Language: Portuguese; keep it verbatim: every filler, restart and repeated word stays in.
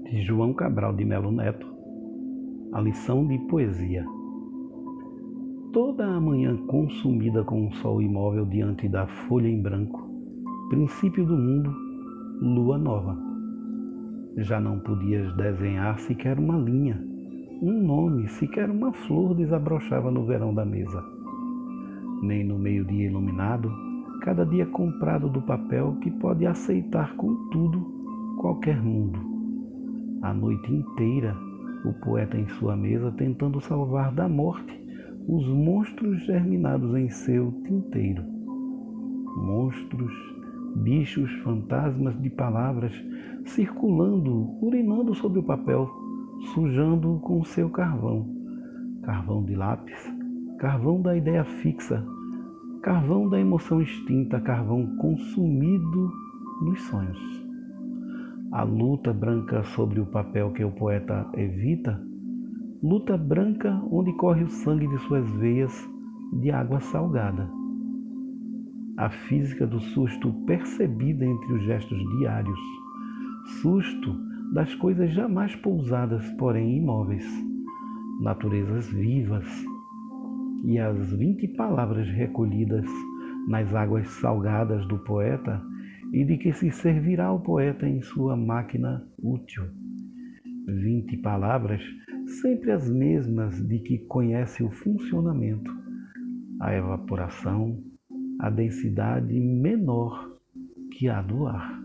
de João Cabral de Melo Neto, a lição de poesia. Toda a manhã consumida com o sol imóvel diante da folha em branco, princípio do mundo, lua nova. Já não podias desenhar sequer uma linha, um nome, sequer uma flor desabrochava no verão da mesa. Nem no meio-dia iluminado, cada dia comprado do papel que pode aceitar com tudo qualquer mundo. A noite inteira, o poeta em sua mesa tentando salvar da morte os monstros germinados em seu tinteiro. Monstros, bichos, fantasmas de palavras circulando, urinando sobre o papel, sujando-o com seu carvão. Carvão de lápis, carvão da ideia fixa, carvão da emoção extinta, carvão consumido nos sonhos. A luta branca sobre o papel que o poeta evita, luta branca onde corre o sangue de suas veias de água salgada. A física do susto percebida entre os gestos diários, susto das coisas jamais pousadas, porém imóveis, naturezas vivas, e as vinte palavras recolhidas nas águas salgadas do poeta e de que se servirá o poeta em sua máquina útil. Vinte palavras, sempre as mesmas de que conhece o funcionamento, a evaporação, a densidade menor que a do ar.